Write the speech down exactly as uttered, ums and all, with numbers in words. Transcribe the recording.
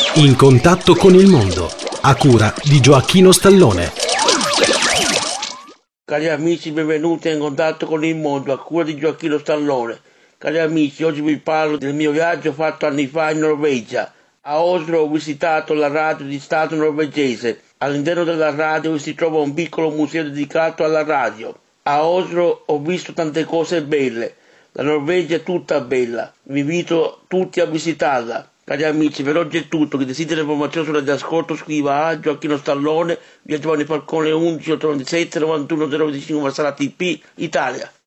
In contatto con il mondo, a cura di Gioacchino Stallone. Cari amici, benvenuti in contatto con il mondo, a cura di Gioacchino Stallone. Cari amici, oggi vi parlo del mio viaggio fatto anni fa in Norvegia. A Oslo ho visitato la radio di Stato norvegese. All'interno della radio si trova un piccolo museo dedicato alla radio. A Oslo ho visto tante cose belle. La Norvegia è tutta bella. Vi invito tutti a visitarla. Cari amici, per oggi è tutto. Chi desidera informazioni sulla di ascolto scriva a Gioacchino Stallone, via Giovanni Falcone undici ottantasette novantuno zero venticinque Marsala T P, Italia.